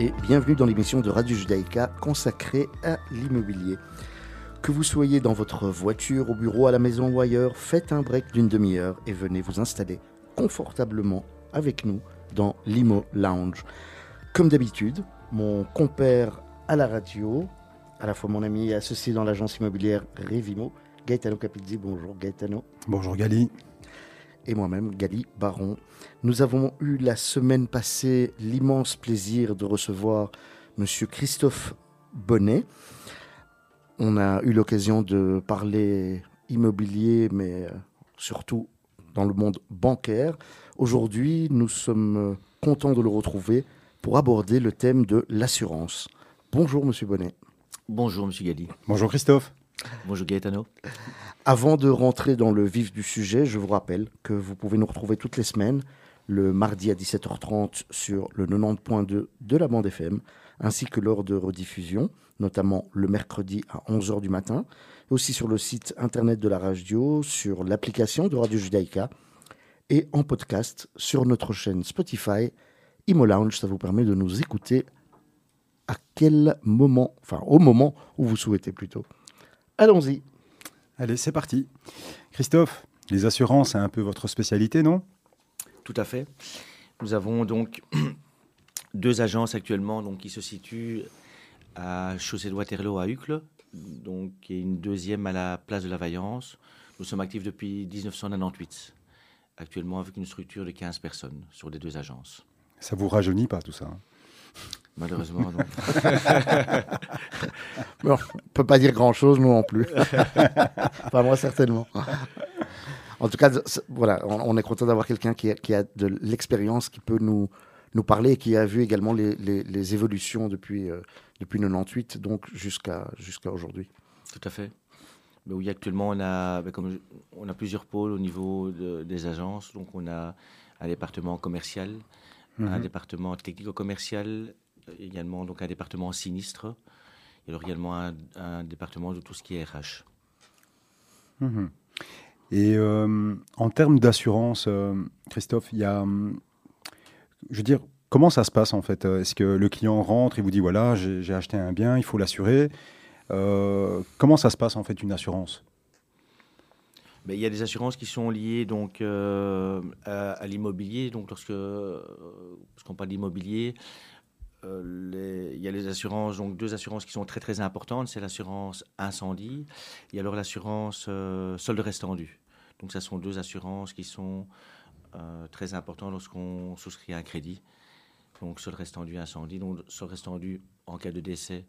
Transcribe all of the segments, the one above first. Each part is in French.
et bienvenue dans l'émission de Radio Judaïka consacrée à l'immobilier. Que vous soyez dans votre voiture, au bureau, à la maison ou ailleurs, faites un break d'une demi-heure et venez vous installer confortablement avec nous dans l'Imo Lounge. Comme d'habitude, mon compère à la radio, à la fois mon ami et associé dans l'agence immobilière Revimo, Gaetano Capizzi. Bonjour Gaetano. Bonjour Gali. Et moi-même, Gali Baron. Nous avons eu la semaine passée l'immense plaisir de recevoir Monsieur Christophe Bonnet. On a eu l'occasion de parler immobilier, mais surtout dans le monde bancaire. Aujourd'hui, nous sommes contents de le retrouver pour aborder le thème de l'assurance. Bonjour Monsieur Bonnet. Bonjour Monsieur Gali. Bonjour Christophe. Bonjour Gaetano. Avant de rentrer dans le vif du sujet, je vous rappelle que vous pouvez nous retrouver toutes les semaines, le mardi à 17h30 sur le 90.2 de la bande FM, ainsi que lors de rediffusion, notamment le mercredi à 11h du matin, et aussi sur le site internet de la radio, sur l'application de Radio Judaïka, et en podcast sur notre chaîne Spotify. Imo Lounge, ça vous permet de nous écouter à quel moment, enfin au moment où vous souhaitez plutôt. Allons-y. Allez, c'est parti. Christophe, les assurances, c'est un peu votre spécialité, non ? Tout à fait. Nous avons donc deux agences actuellement donc, qui se situent à Chaussée de Waterloo à Uccle, donc, et une deuxième à la place de la Vaillance. Nous sommes actifs depuis 1998, actuellement avec une structure de 15 personnes sur les deux agences. Ça vous rajeunit pas tout ça, hein ? Malheureusement, non. Bon, on ne peut pas dire grand-chose, nous non plus. Enfin, moi, certainement. En tout cas, voilà, on est content d'avoir quelqu'un qui a de l'expérience, qui peut nous parler et qui a vu également les évolutions depuis 98, donc jusqu'à aujourd'hui. Tout à fait. Mais oui, actuellement, on a plusieurs pôles au niveau des agences. Donc, on a un département commercial, un département technico-commercial, également donc un département sinistre, et alors également un département de tout ce qui est RH. Mmh. Et en termes d'assurance, Christophe, il y a, je veux dire, comment ça se passe en fait ? Est-ce que le client rentre et vous dit voilà, j'ai acheté un bien, il faut l'assurer. Comment ça se passe en fait une assurance ? Il y a des assurances qui sont liées donc, à l'immobilier. Donc, lorsqu'on parle d'immobilier, il y a les assurances, donc deux assurances qui sont très très importantes. C'est l'assurance incendie et alors l'assurance solde restant dû. Donc, ce sont deux assurances qui sont très importantes lorsqu'on souscrit un crédit. Donc, solde restant dû, incendie. Donc, solde restant dû en cas de décès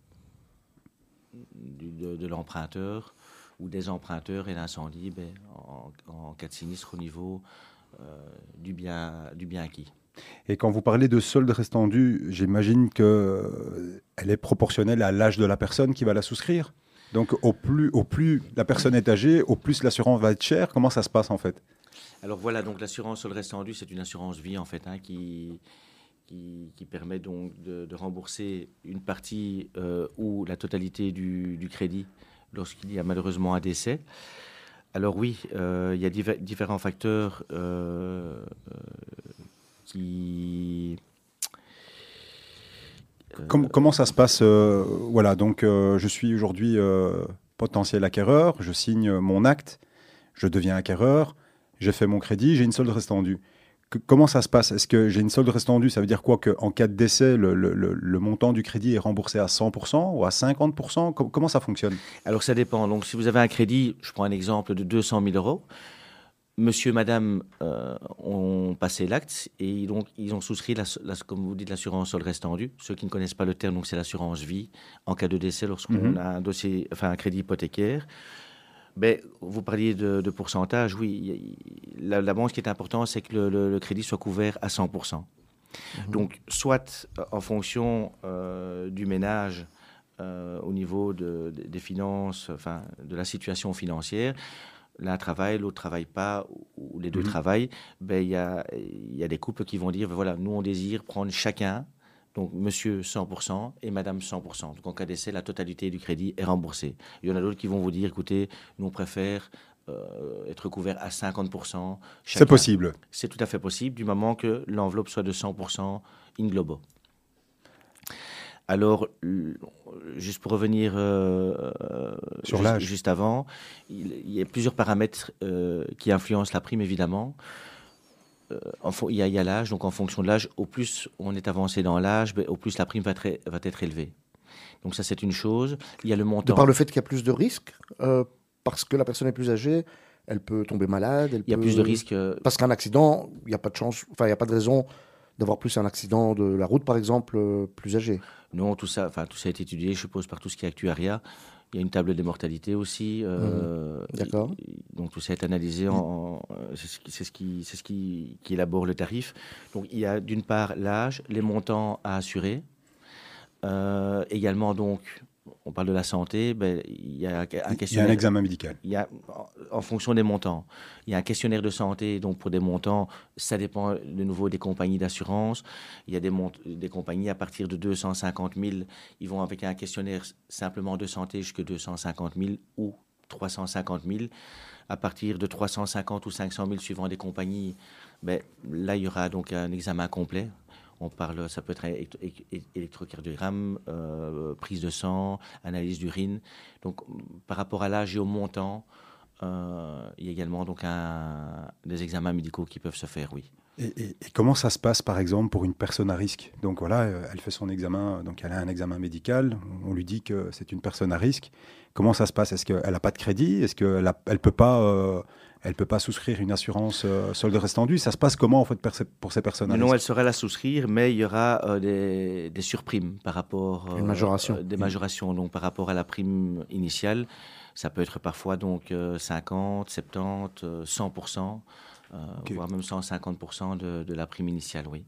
de l'emprunteur ou des emprunteurs, et l'incendie en cas de sinistre au niveau du bien acquis. Et quand vous parlez de solde restant dû, j'imagine qu'elle est proportionnelle à l'âge de la personne qui va la souscrire. Donc au plus la personne est âgée, au plus l'assurance va être chère. Comment ça se passe en fait ? Alors voilà, donc l'assurance solde restant dû, c'est une assurance vie en fait, qui permet donc de rembourser une partie ou la totalité du crédit lorsqu'il y a malheureusement un décès. Alors oui, il y a différents facteurs qui... Comment ça se passe voilà, donc je suis aujourd'hui potentiel acquéreur, je signe mon acte, je deviens acquéreur, j'ai fait mon crédit, j'ai une solde restant due. Comment ça se passe ? Est-ce que j'ai une solde restant due ? Ça veut dire quoi ? Qu'en cas de décès, le montant du crédit est remboursé à 100% ou à 50% ? Comment ça fonctionne ? Alors ça dépend. Donc si vous avez un crédit, je prends un exemple de 200 000 euros, monsieur, madame ont passé l'acte et donc ils ont souscrit, comme vous dites, l'assurance solde restant dû. Ceux qui ne connaissent pas le terme, donc c'est l'assurance vie en cas de décès lorsqu'on a un crédit hypothécaire. Vous parliez de pourcentage, oui. La banque, ce qui est important, c'est que le crédit soit couvert à 100%. Donc, soit en fonction du ménage au niveau des finances, enfin, de la situation financière, l'un travaille, l'autre ne travaille pas, ou les deux travaillent, il y a des couples qui vont dire, voilà, nous, on désire prendre chacun, donc monsieur 100% et madame 100%. Donc en cas d'essai, la totalité du crédit est remboursée. Il y en a d'autres qui vont vous dire, écoutez, nous on préfère être couvert à 50%. C'est possible. C'est tout à fait possible, du moment que l'enveloppe soit de 100% in globo. Alors, juste pour revenir Sur l'âge. juste avant, il y a plusieurs paramètres qui influencent la prime, évidemment. Il y a l'âge, donc en fonction de l'âge, au plus on est avancé dans l'âge, au plus la prime va être élevée. Donc ça, c'est une chose. Il y a le De montant. par le fait qu'il y a plus de risques, parce que la personne est plus âgée, elle peut tomber malade. Il y a plus de risques. Parce qu'un accident, il n'y a pas de chance, enfin, il n'y a pas de raison d'avoir plus un accident de la route, par exemple, plus âgé. Non, tout ça a été étudié, je suppose, par tout ce qui est actuariat. Il y a une table des mortalités aussi. D'accord. Donc tout ça est analysé. C'est ce qui élabore le tarif. Donc il y a d'une part l'âge, les montants à assurer. Également, donc, on parle de la santé, il y a un questionnaire. Il y a un examen médical. Il y a, en fonction des montants, il y a un questionnaire de santé, donc pour des montants, ça dépend de nouveau des compagnies d'assurance. Il y a des compagnies à partir de 250 000, ils vont avec un questionnaire simplement de santé jusqu'à 250 000 ou 350 000. À partir de 350 ou 500 000 suivant des compagnies, là, il y aura donc un examen complet. On parle, ça peut être électrocardiogramme, prise de sang, analyse d'urine. Donc, par rapport à l'âge et au montant, il y a également donc des examens médicaux qui peuvent se faire, oui. Et comment ça se passe, par exemple, pour une personne à risque? Donc voilà, elle fait son examen, donc elle a un examen médical, on lui dit que c'est une personne à risque. Comment ça se passe? Est-ce qu'elle n'a pas de crédit? Est-ce qu'elle elle peut pas souscrire une assurance solde restendu? Ça se passe comment, en fait, pour ces personnes à risque? Non, elle saurait la souscrire, mais il y aura des surprimes par rapport... Une majoration. Des majorations, donc par rapport à la prime initiale. Ça peut être parfois donc 50, 70, 100%. Okay. Voire même 150% de la prime initiale, oui.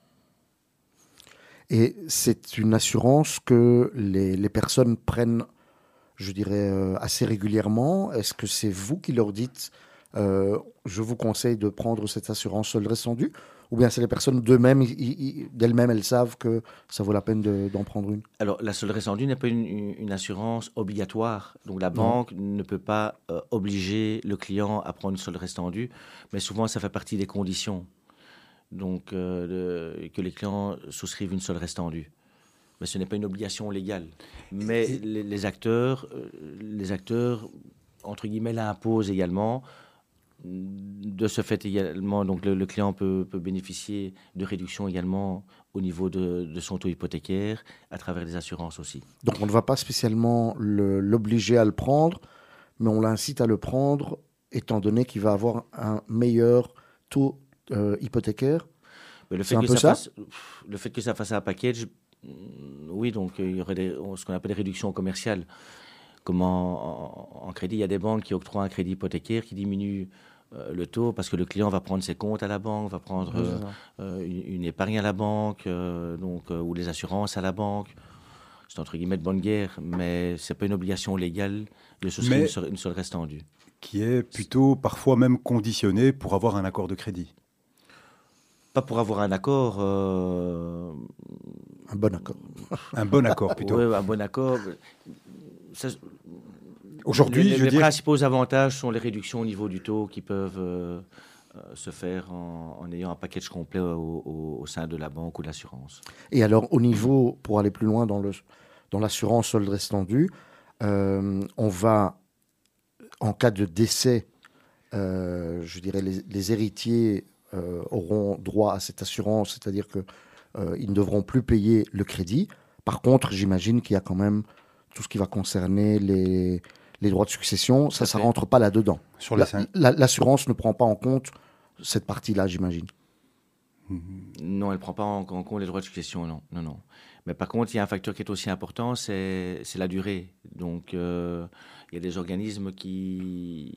Et c'est une assurance que les personnes prennent, je dirais, assez régulièrement. Est-ce que c'est vous qui leur dites je vous conseille de prendre cette assurance solde restendu, ou bien c'est les personnes d'elles-mêmes, elles savent que ça vaut la peine d'en prendre une? Alors, la solde restendue n'est pas une assurance obligatoire. Donc, la banque ne peut pas obliger le client à prendre une solde restendue, mais souvent, ça fait partie des conditions. Donc, que les clients souscrivent une solde restendue. Mais ce n'est pas une obligation légale. Mais les acteurs, entre guillemets, l'imposent également. De ce fait également, donc le client peut bénéficier de réductions également au niveau de son taux hypothécaire à travers des assurances aussi. Donc on ne va pas spécialement l'obliger à le prendre, mais on l'incite à le prendre étant donné qu'il va avoir un meilleur taux hypothécaire. Mais le fait que ça fasse un package, oui, donc il y aurait ce qu'on appelle des réductions commerciales. Comme en crédit, il y a des banques qui octroient un crédit hypothécaire qui diminue le taux parce que le client va prendre ses comptes à la banque, va prendre une épargne à la banque, ou les assurances à la banque. C'est entre guillemets de bonne guerre, mais ce n'est pas une obligation légale de souscrire une solde restendue. Qui est plutôt parfois même conditionnée pour avoir un accord de crédit. Pas pour avoir un accord. Un bon accord. Un bon accord plutôt. Oui, un bon accord. Aujourd'hui, les principaux avantages sont les réductions au niveau du taux qui peuvent se faire en ayant un package complet au sein de la banque ou de l'assurance. Et alors, au niveau, pour aller plus loin dans l'assurance solde restendue, on va, en cas de décès, je dirais, les héritiers auront droit à cette assurance, c'est-à-dire qu'ils ne devront plus payer le crédit. Par contre, j'imagine qu'il y a quand même tout ce qui va concerner les droits de succession, ça ne rentre pas là-dedans. L'assurance ne prend pas en compte cette partie-là, j'imagine. Non, elle ne prend pas en compte les droits de succession, non. Mais par contre, il y a un facteur qui est aussi important, c'est la durée. Donc, il y a des organismes qui...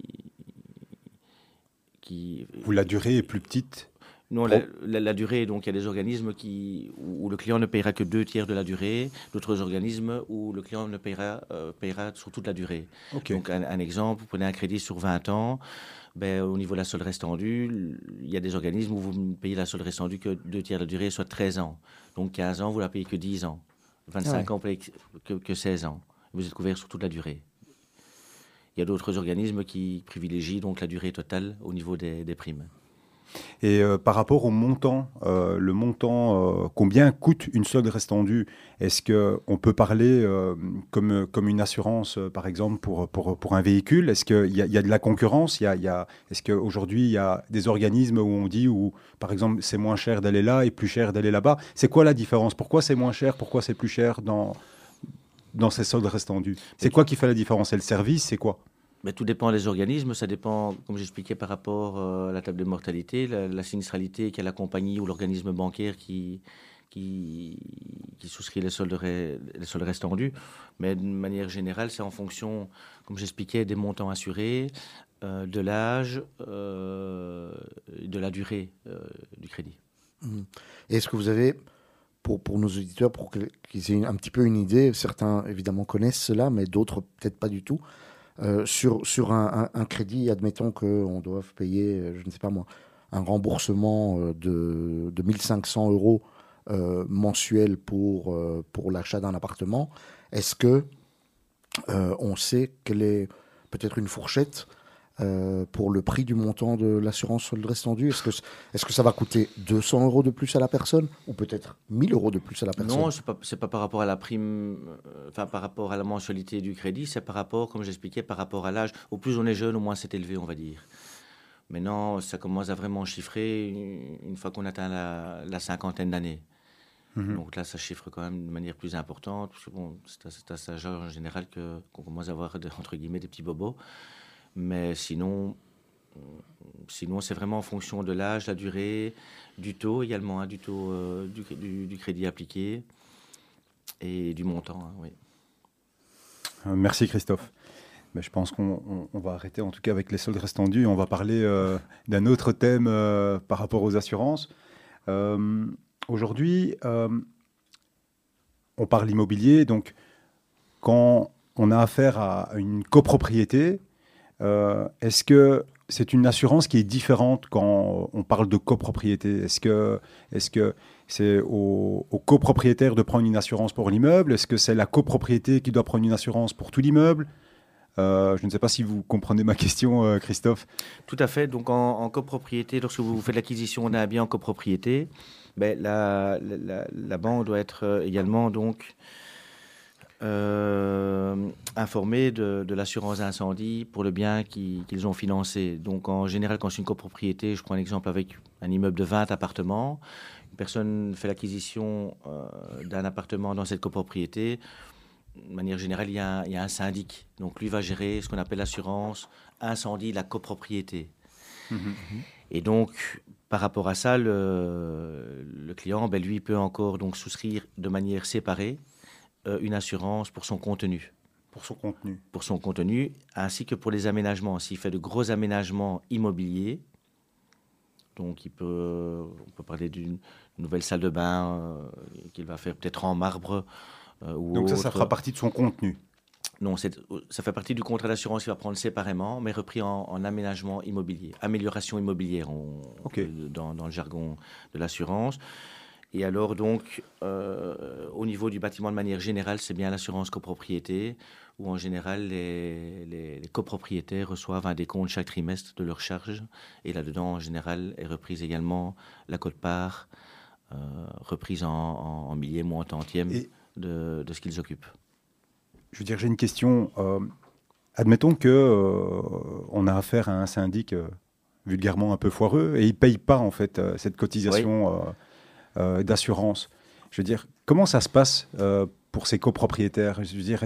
Où la durée est plus petite? Non, la durée, donc il y a des organismes où le client ne paiera que 2/3 de la durée, d'autres organismes où le client ne paiera sur toute la durée. Okay. Donc un exemple, vous prenez un crédit sur 20 ans, au niveau de la solde restendue, il y a des organismes où vous ne payez la solde restendue que 2/3 de la durée, soit 13 ans. Donc 15 ans, vous la payez que 10 ans. 25 ans, vous payez que 16 ans. Vous êtes couvert sur toute la durée. Il y a d'autres organismes qui privilégient donc la durée totale au niveau des primes. Et par rapport au montant, le montant, combien coûte une solde restendue? Est-ce qu'on peut parler comme une assurance, par exemple, pour un véhicule? Est-ce qu'il y a de la concurrence? Est-ce qu'aujourd'hui, il y a des organismes où on dit, par exemple, c'est moins cher d'aller là et plus cher d'aller là-bas? C'est quoi la différence? Pourquoi c'est moins cher? Pourquoi c'est plus cher dans ces soldes restendus? C'est quoi qui fait la différence? C'est le service? C'est quoi? Mais tout dépend des organismes, ça dépend, comme j'expliquais, par rapport à la table de mortalité, la sinistralité qu'a la compagnie ou l'organisme bancaire qui souscrit les soldes restendus. Mais de manière générale, c'est en fonction, comme j'expliquais, des montants assurés, de l'âge, de la durée du crédit. Et est-ce que vous avez, pour nos auditeurs, pour qu'ils aient un petit peu une idée, certains évidemment connaissent cela, mais d'autres peut-être pas du tout, sur un crédit, admettons qu'on doive payer, je ne sais pas moi, un remboursement de 1500 euros mensuel pour l'achat d'un appartement, est-ce que on sait quelle est peut-être une fourchette pour le prix du montant de l'assurance solde restendue? Est-ce que ça va coûter 200 euros de plus à la personne ou peut-être 1000 euros de plus à la personne? Non, c'est pas par rapport à la prime, par rapport à la mensualité du crédit, c'est par rapport, comme j'expliquais, par rapport à l'âge. Au plus on est jeune, au moins c'est élevé, on va dire. Maintenant, ça commence à vraiment chiffrer une fois qu'on atteint la cinquantaine d'années. Donc là, ça chiffre quand même de manière plus importante. Parce que bon, c'est à cet âge en général qu'on commence à avoir, entre guillemets, des petits bobos. Mais sinon, c'est vraiment en fonction de l'âge, la durée, du taux également, du taux du crédit appliqué et du montant. Oui. Merci Christophe. Mais je pense qu'on va arrêter en tout cas avec les soldes restendus et on va parler d'un autre thème par rapport aux assurances. Aujourd'hui, on parle immobilier, donc quand on a affaire à une copropriété, est-ce que c'est une assurance qui est différente quand on parle de copropriété? Est-ce que c'est au copropriétaire de prendre une assurance pour l'immeuble? Est-ce que c'est la copropriété qui doit prendre une assurance pour tout l'immeuble? Je ne sais pas si vous comprenez ma question, Christophe. Tout à fait. Donc en copropriété, lorsque vous faites l'acquisition d'un bien en copropriété, la banque doit être également donc informés de l'assurance incendie pour le bien qu'ils ont financé. Donc en général, quand c'est une copropriété, je prends un exemple avec un immeuble de 20 appartements, une personne fait l'acquisition d'un appartement dans cette copropriété. De manière générale, il y a un syndic. Donc lui va gérer ce qu'on appelle l'assurance incendie, la copropriété. Et donc, par rapport à ça, le client, lui, peut encore donc souscrire de manière séparée une assurance pour son contenu. Pour son contenu. Pour son contenu, ainsi que pour les aménagements. S'il fait de gros aménagements immobiliers, donc on peut parler d'une nouvelle salle de bain qu'il va faire peut-être en marbre ou donc autre. Ça fera partie de son contenu. Non, ça fait partie du contrat d'assurance qu'il va prendre séparément, mais repris en aménagement immobilier, amélioration immobilière dans le jargon de l'assurance. Et alors donc, au niveau du bâtiment de manière générale, c'est bien l'assurance copropriété, où en général les copropriétaires reçoivent un décompte chaque trimestre de leurs charges. Et là-dedans, en général, est reprise également la quote-part, reprise en millième ou en tantième de ce qu'ils occupent. Je veux dire, j'ai une question. Admettons que on a affaire à un syndic vulgairement un peu foireux et il ne paye pas en fait cette cotisation d'assurance. Je veux dire, comment ça se passe pour ces copropriétaires? Je veux dire,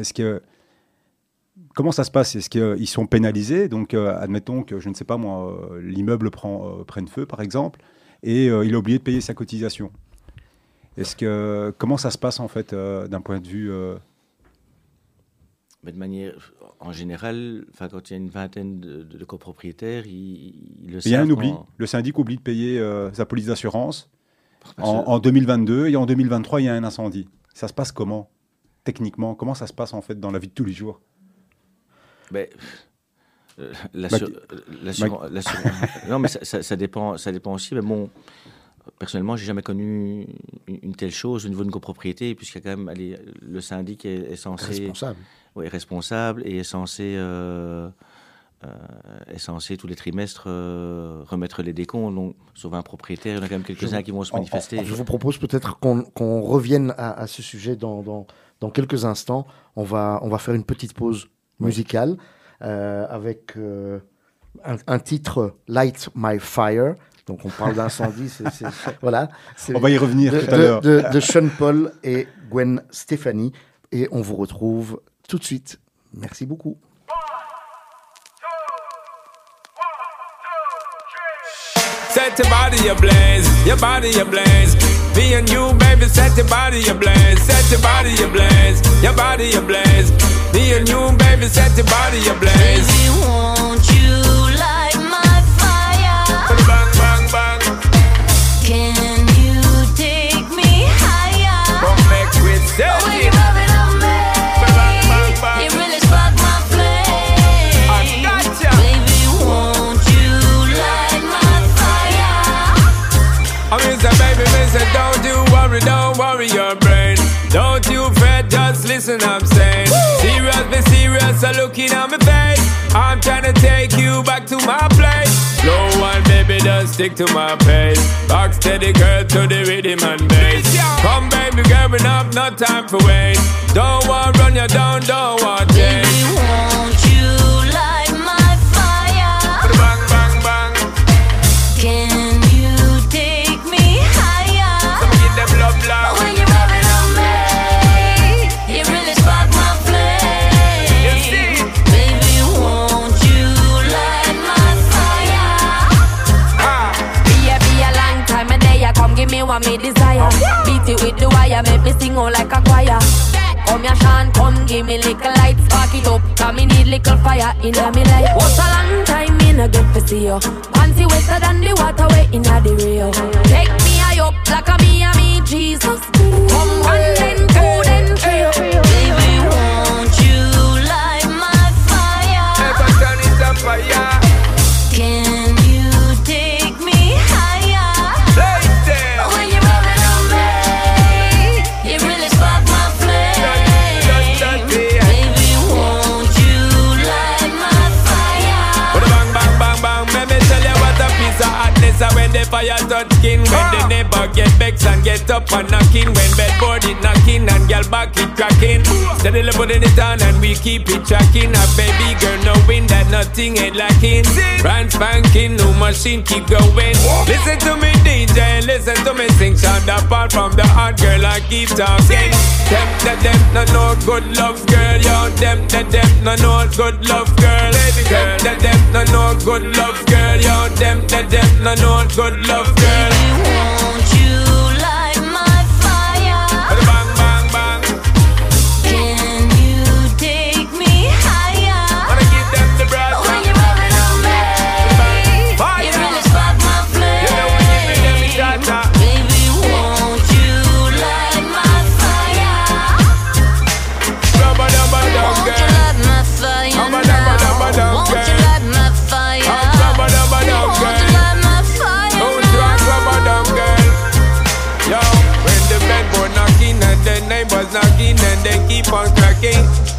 comment ça se passe? Est-ce qu'ils sont pénalisés? Donc, admettons que, je ne sais pas moi, l'immeuble prenne feu, par exemple, et il a oublié de payer sa cotisation. Comment ça se passe en fait d'un point de vue Mais de manière, en général, quand il y a une vingtaine de copropriétaires, il le savent. Il y a un oubli. Le syndic oublie de payer sa police d'assurance en 2022 et en 2023, il y a un incendie. Ça se passe comment, techniquement? Comment ça se passe en fait dans la vie de tous les jours? Non, mais ça dépend aussi. Mais bon, personnellement, j'ai jamais connu une telle chose au niveau d'une copropriété, puisqu'il y a quand même le syndic est censé responsable. Oui, responsable et est censé est censé tous les trimestres remettre les décomptes. Donc, sauf un propriétaire, il y en a quand même quelques-uns qui vont se manifester. Je vous propose peut-être qu'on revienne à ce sujet dans quelques instants. On va faire une petite pause musicale avec un titre Light My Fire. Donc on parle d'incendie, voilà. On va y revenir tout à l'heure. De Sean Paul et Gwen Stefani. Et on vous retrouve tout de suite. Merci beaucoup. Set your body ablaze, your body ablaze. Me and you, baby, set your body ablaze. Set your body ablaze, your body ablaze. Me and you, baby, set your body ablaze. Baby, won't you light my fire? Bang, bang, bang. Can you take me higher? Come make we set When it. you rub it on me, Bang, bang, bang. you really spark my flame. I gotcha. Baby, won't you light my fire? I mean, say, baby, me say, don't worry your brain. Don't you fret, just listen, I'm saying. Serious, be serious, so looking at me face. I'm trying to take you back to my place. Slow one, baby, just stick to my pace. Rock steady, girl, to the rhythm and bass. Come, baby, girl, we have no time for wait. Don't want run you down, don't want change. Baby, won't you light my fire? Bang, bang, bang. Can you take me higher? Let me get them love, love. When you rub it on me, you really spark my flame. You see? Baby, won't you light my fire? Be a long time a day, come give me what me desire. Beat it with the wire, make me sing out like a choir. Come here, Sean, come give me little light, spark it up. Cause me need little fire in me life. What's a long time me no get to see you? Panty wetter than the water way in the Rio. Take me high up like a me and me Jesus. Come one then two then three. Baby, won't you light my fire? Never turn it up fire. Can you take me higher? Right there. When you rub it on me, you really spark my flame. Baby, won't you light my fire? Put a bang, bang, bang, bang. Let me tell you what a piece of hotness. When the fire touch skin, when the neighbor get vexed and get up and knocking, when bedboard it knocking and girl back it cracking. Steadily putting it on and we keep it tracking. A baby girl knowing that nothing ain't lacking. Brand spanking, new machine keep going. Listen to me DJ, listen to me sing. Sound apart from the hot girl I keep talking. Them no good love girl, yo. Them no good love girl. Girl, them no good love girl, yo. Them no good love girl. Baby, won't you light my fire? Bang, bang, bang. Can you take me higher? Wanna give them the brush. When you rub it on me, Fire. you really spark my flame. You know when you give them the cha-cha. Baby, won't you light my fire? Rubber, rubber, dub, Won't you girl. light my fire Rubber, rubber, rubber, now? dub, Won't girl. you light my fire? Rubber, rubber, dub, Won't girl. you light my fire Don't drag rubber, dub, girl. Yo, when the bedboard knocking and the neighbors knocking and they keep on cracking.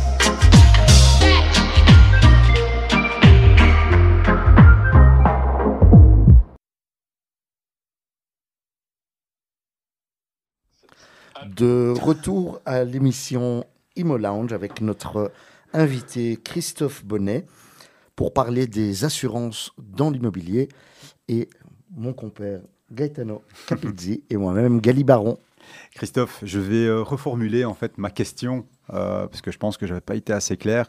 De retour à l'émission Imo Lounge avec notre invité Christophe Bonnet pour parler des assurances dans l'immobilier et mon compère Gaetano Capizzi et moi-même Gali Baron. Christophe, je vais reformuler en fait ma question parce que je pense que je n'avais pas été assez clair.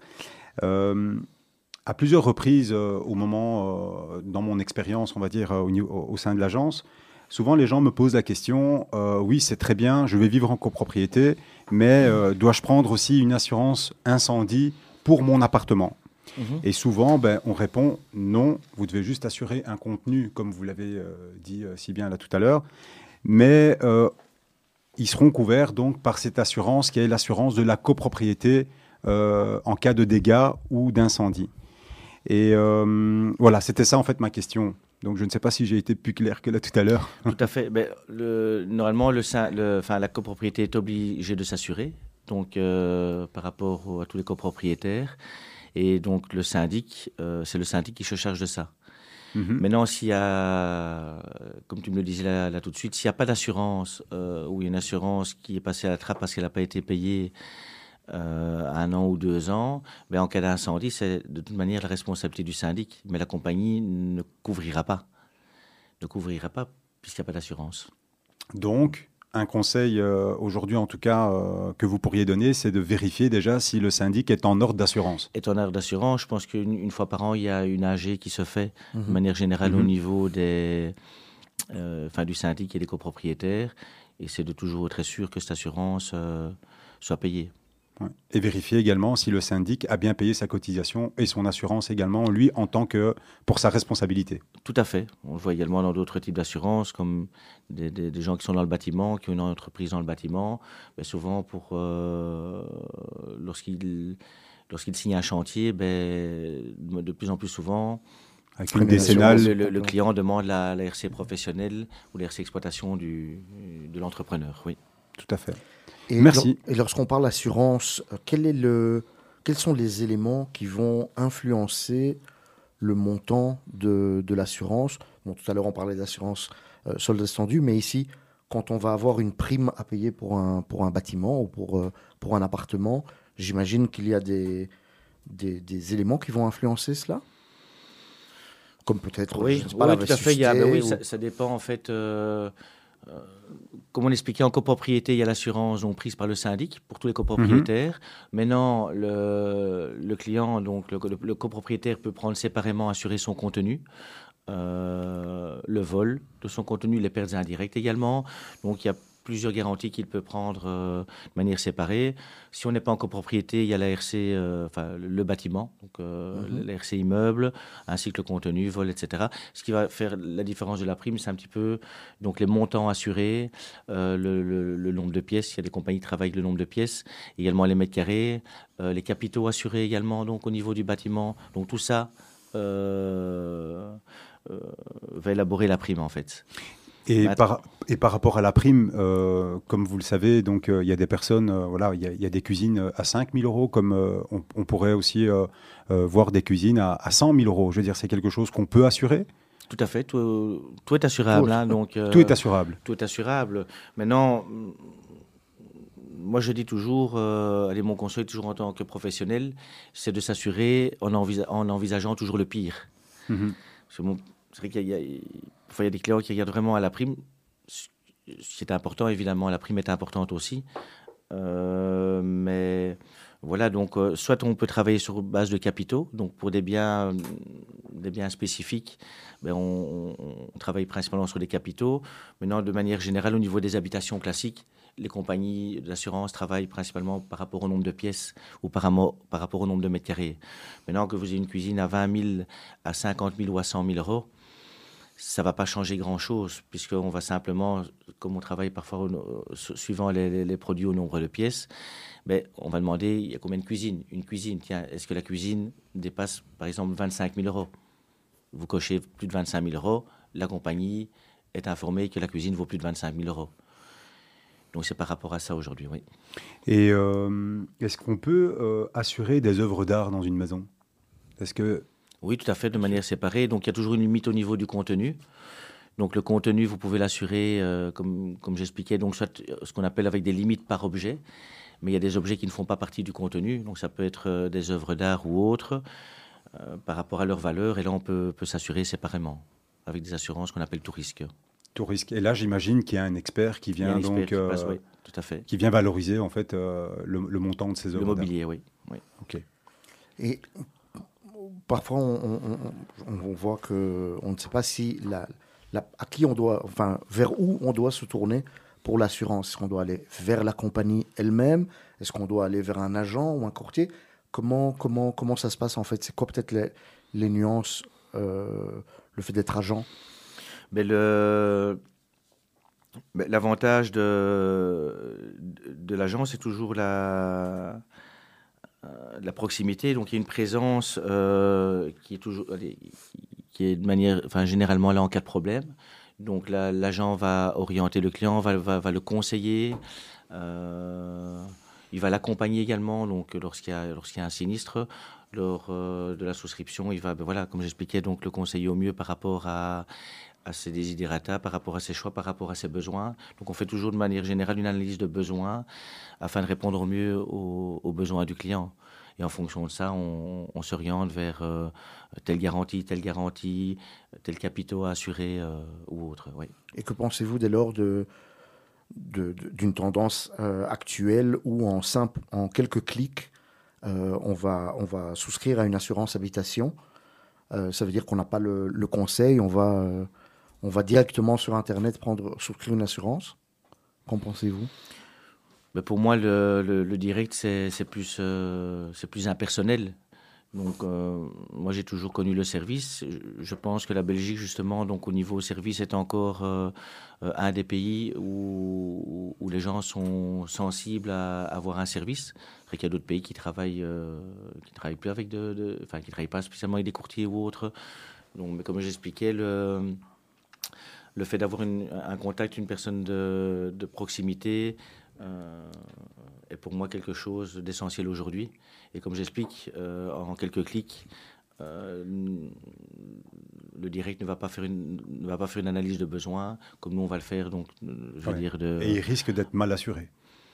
À plusieurs reprises, au moment, dans mon expérience, on va dire, au sein de l'agence, souvent les gens me posent la question, oui c'est très bien, je vais vivre en copropriété, mais dois-je prendre aussi une assurance incendie pour mon appartement ? Et souvent, on répond non, vous devez juste assurer un contenu, comme vous l'avez dit si bien là tout à l'heure, mais ils seront couverts donc par cette assurance qui est l'assurance de la copropriété en cas de dégâts ou d'incendie. Et voilà, c'était ça en fait ma question. Donc je ne sais pas si j'ai été plus clair que là tout à l'heure. Tout à fait. Mais normalement, la copropriété est obligée de s'assurer, donc par rapport à tous les copropriétaires. Et donc le syndic, c'est le syndic qui se charge de ça. Mhm. Maintenant, s'il y a, comme tu me le disais là tout de suite, s'il n'y a pas d'assurance ou une assurance qui est passée à la trappe parce qu'elle n'a pas été payée 1 an ou 2 ans, ben, en cas d'incendie, c'est de toute manière la responsabilité du syndic. Mais la compagnie ne couvrira pas. Ne couvrira pas puisqu'il n'y a pas d'assurance. Donc, un conseil aujourd'hui, en tout cas, que vous pourriez donner, c'est de vérifier déjà si le syndic est en ordre d'assurance. Et en ordre d'assurance, je pense qu'une fois par an, il y a une AG qui se fait de Mhm. manière générale au Mhm. niveau du syndic et des copropriétaires. Et c'est de toujours être sûr que cette assurance soit payée. Ouais. Et vérifier également si le syndic a bien payé sa cotisation et son assurance également, lui, en tant que pour sa responsabilité. Tout à fait. On le voit également dans d'autres types d'assurances, comme des gens qui sont dans le bâtiment, qui ont une entreprise dans le bâtiment. Ben, souvent, lorsqu'ils signent un chantier, de plus en plus souvent, Avec une Première décennale. le client demande la RC professionnelle ou la RC exploitation de l'entrepreneur. Oui. Tout à fait. Et Merci. Et lorsqu'on parle d'assurance, quels sont les éléments qui vont influencer le montant de l'assurance? Bon, tout à l'heure, on parlait d'assurance solde estendu, mais ici, quand on va avoir une prime à payer pour un bâtiment ou pour un appartement, j'imagine qu'il y a des éléments qui vont influencer cela? Comme peut-être, Oui, je ne sais pas, la tout à fait. vétusté ou- Ça dépend en fait. Comme on expliquait en copropriété, il y a l'assurance donc prise par le syndic pour tous les copropriétaires. Maintenant, le client, donc le copropriétaire peut prendre séparément assurer son contenu, le vol de son contenu, les pertes indirectes également. Donc il y a plusieurs garanties qu'il peut prendre de manière séparée. Si on n'est pas en copropriété, il y a la RC, le bâtiment, donc la RC immeuble, ainsi que le contenu, vol, etc. Ce qui va faire la différence de la prime, c'est un petit peu donc les montants assurés, le nombre de pièces. Il y a des compagnies qui travaillent avec le nombre de pièces, également les mètres carrés, les capitaux assurés également, donc au niveau du bâtiment. Donc tout ça va élaborer la prime en fait. Et par rapport à la prime, comme vous le savez, donc il y a des personnes, il y a des cuisines à 5 000 euros, comme on pourrait aussi voir des cuisines à 100 000 euros. Je veux dire, c'est quelque chose qu'on peut assurer. Tout à fait, tout est assurable. Hein, donc, Tout est assurable. Tout est assurable. Maintenant, moi je dis toujours, allez, mon conseil toujours en tant que professionnel, c'est de s'assurer en envisageant toujours le pire. Mhm. C'est vrai qu'il y a des clients qui regardent vraiment à la prime. Ce qui est important, évidemment, la prime est importante aussi. Mais voilà, donc soit on peut travailler sur base de capitaux, donc pour des biens spécifiques, on travaille principalement sur des capitaux. Maintenant, de manière générale, au niveau des habitations classiques, les compagnies d'assurance travaillent principalement par rapport au nombre de pièces ou par rapport au nombre de mètres carrés. Maintenant, que vous ayez une cuisine à 20 000, à 50 000 ou à 100 000 euros, ça ne va pas changer grand-chose, puisqu'on va simplement, comme on travaille parfois suivant les produits au nombre de pièces, on va demander, il y a combien de cuisines? Une cuisine, tiens, est-ce que la cuisine dépasse, par exemple, 25 000 euros? Vous cochez plus de 25 000 euros, la compagnie est informée que la cuisine vaut plus de 25 000 euros. Donc c'est par rapport à ça aujourd'hui, oui. Et est-ce qu'on peut assurer des œuvres d'art dans une maison? Est-ce que... Oui, tout à fait, de manière séparée. Donc, il y a toujours une limite au niveau du contenu. Donc, le contenu, vous pouvez l'assurer, comme j'expliquais, donc soit ce qu'on appelle avec des limites par objet. Mais il y a des objets qui ne font pas partie du contenu. Donc, ça peut être des œuvres d'art ou autres, par rapport à leur valeur. Et là, on peut s'assurer séparément, avec des assurances qu'on appelle tout risque. Tout risque. Et là, j'imagine qu'il y a un expert qui vient qui passe, oui, tout à fait. qui vient valoriser en fait le montant de ces œuvres Le d'art. mobilier, oui. Ok. Et parfois, on voit qu'on ne sait pas si à qui on doit, enfin, vers où on doit se tourner pour l'assurance. Est-ce qu'on doit aller vers la compagnie elle-même? Est-ce qu'on doit aller vers un agent ou un courtier? Comment ça se passe en fait? C'est quoi peut-être les nuances, le fait d'être agent? L'avantage de l'agent, c'est toujours la proximité. Donc, il y a une présence qui est toujours, qui est de manière, généralement là en cas de problème. Donc, l'agent va orienter le client, va le conseiller. Il va l'accompagner également. Donc, lorsqu'il y a un sinistre, lors de la souscription, il va, comme j'expliquais, donc le conseiller au mieux par rapport à ses desiderata, par rapport à ses choix, par rapport à ses besoins. Donc on fait toujours de manière générale une analyse de besoins afin de répondre au mieux aux besoins du client. Et en fonction de ça, on s'oriente vers telle garantie, tel capitaux à assurer ou autre. Oui. Et que pensez-vous dès lors d'une tendance actuelle où en quelques clics, on va souscrire à une assurance habitation. Ça veut dire qu'on n'a pas le conseil, on va directement sur Internet souscrire une assurance. Qu'en pensez-vous ? Mais pour moi, le direct, c'est plus impersonnel. Donc, moi, j'ai toujours connu le service. Je pense que la Belgique, justement, donc au niveau service, est encore un des pays où les gens sont sensibles à avoir un service. C'est vrai qu'il y a d'autres pays qui travaillent plus avec qui travaillent pas spécialement avec des courtiers ou autres. Donc, mais comme j'expliquais, le fait d'avoir un contact, une personne de proximité, est pour moi quelque chose d'essentiel aujourd'hui. Et comme j'explique, en quelques clics, le direct ne va pas faire une analyse de besoin comme nous on va le faire. Donc, Et il risque d'être mal assuré.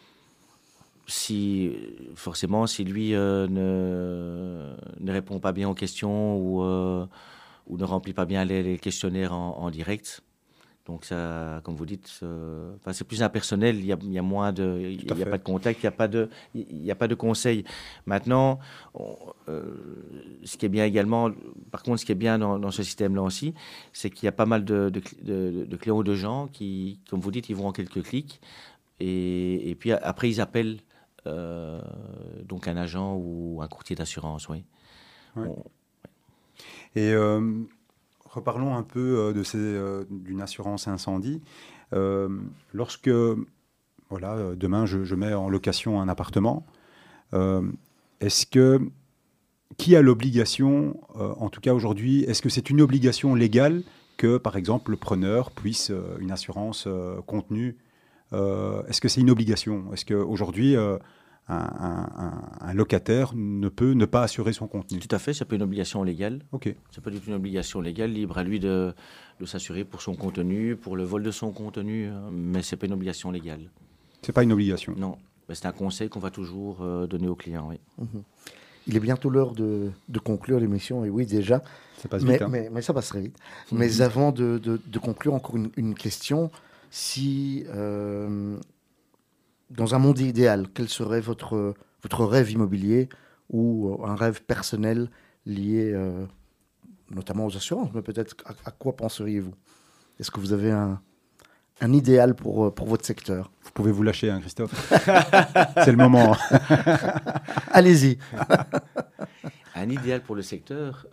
Forcément, si lui ne répond pas bien aux questions ou ne remplit pas bien les questionnaires en direct. Donc ça, comme vous dites, c'est plus impersonnel. Il y a moins de, il n'y a pas de contact, il n'y a pas de conseil. Maintenant, ce qui est bien également, par contre, ce qui est bien dans ce système-là aussi, c'est qu'il y a pas mal de clients ou de gens qui, comme vous dites, ils vont en quelques clics et puis après ils appellent donc un agent ou un courtier d'assurance, oui. Ouais. Et reparlons un peu d'une assurance incendie. Lorsque, demain, je mets en location un appartement, qui a l'obligation, en tout cas aujourd'hui, est-ce que c'est une obligation légale que, par exemple, le preneur puisse une assurance contenue est-ce que c'est une obligation ? Est-ce qu'aujourd'hui, un locataire ne peut ne pas assurer son contenu ? Tout à fait, ça peut être une obligation légale. Ok. Ça peut être une obligation légale, libre à lui de s'assurer pour son contenu, pour le vol de son contenu, mais ce n'est pas une obligation légale. Ce n'est pas une obligation ? Non, mais c'est un conseil qu'on va toujours donner aux clients, oui. Mm-hmm. Il est bientôt l'heure de conclure l'émission, et oui, déjà. Ça passe vite, mais ça passe très vite. Mm-hmm. Mais avant de conclure, encore une question. Si, dans un monde idéal, quel serait votre rêve immobilier ou un rêve personnel lié notamment aux assurances, mais peut-être à quoi penseriez-vous ? Est-ce que vous avez un idéal pour votre secteur ? Vous pouvez vous lâcher, hein, Christophe. C'est le moment. Allez-y. Un idéal pour le secteur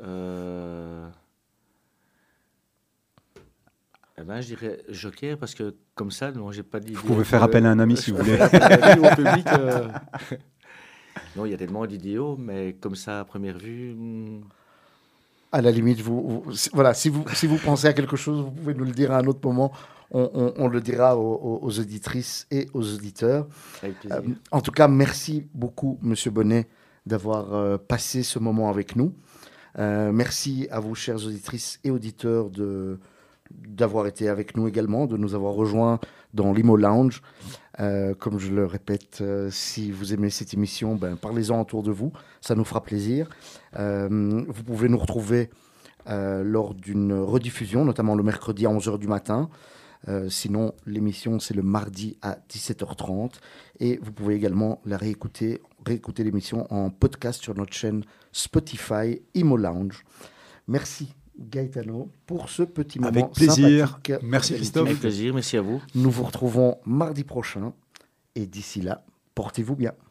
je dirais Joker, parce que comme ça, non, j'ai pas d'idée. Vous pouvez faire appel à un ami si vous voulez. Au public, non, il y a tellement d'idéaux, mais comme ça, à première vue... À la limite, voilà, si vous pensez à quelque chose, vous pouvez nous le dire à un autre moment. On le dira aux auditrices et aux auditeurs. Avec plaisir. En tout cas, merci beaucoup, Monsieur Bonnet, d'avoir passé ce moment avec nous. Merci à vous, chères auditrices et auditeurs, d'avoir été avec nous également, de nous avoir rejoints dans l'Imo Lounge. Comme je le répète, si vous aimez cette émission, parlez-en autour de vous, ça nous fera plaisir. Vous pouvez nous retrouver lors d'une rediffusion, notamment le mercredi à 11h du matin. Sinon, l'émission, c'est le mardi à 17h30. Et vous pouvez également réécouter l'émission en podcast sur notre chaîne Spotify Imo Lounge. Merci Gaetano pour ce petit moment. Avec plaisir. Sympathique. Merci Christophe. Avec plaisir, merci à vous. Nous vous retrouvons mardi prochain et d'ici là, portez-vous bien.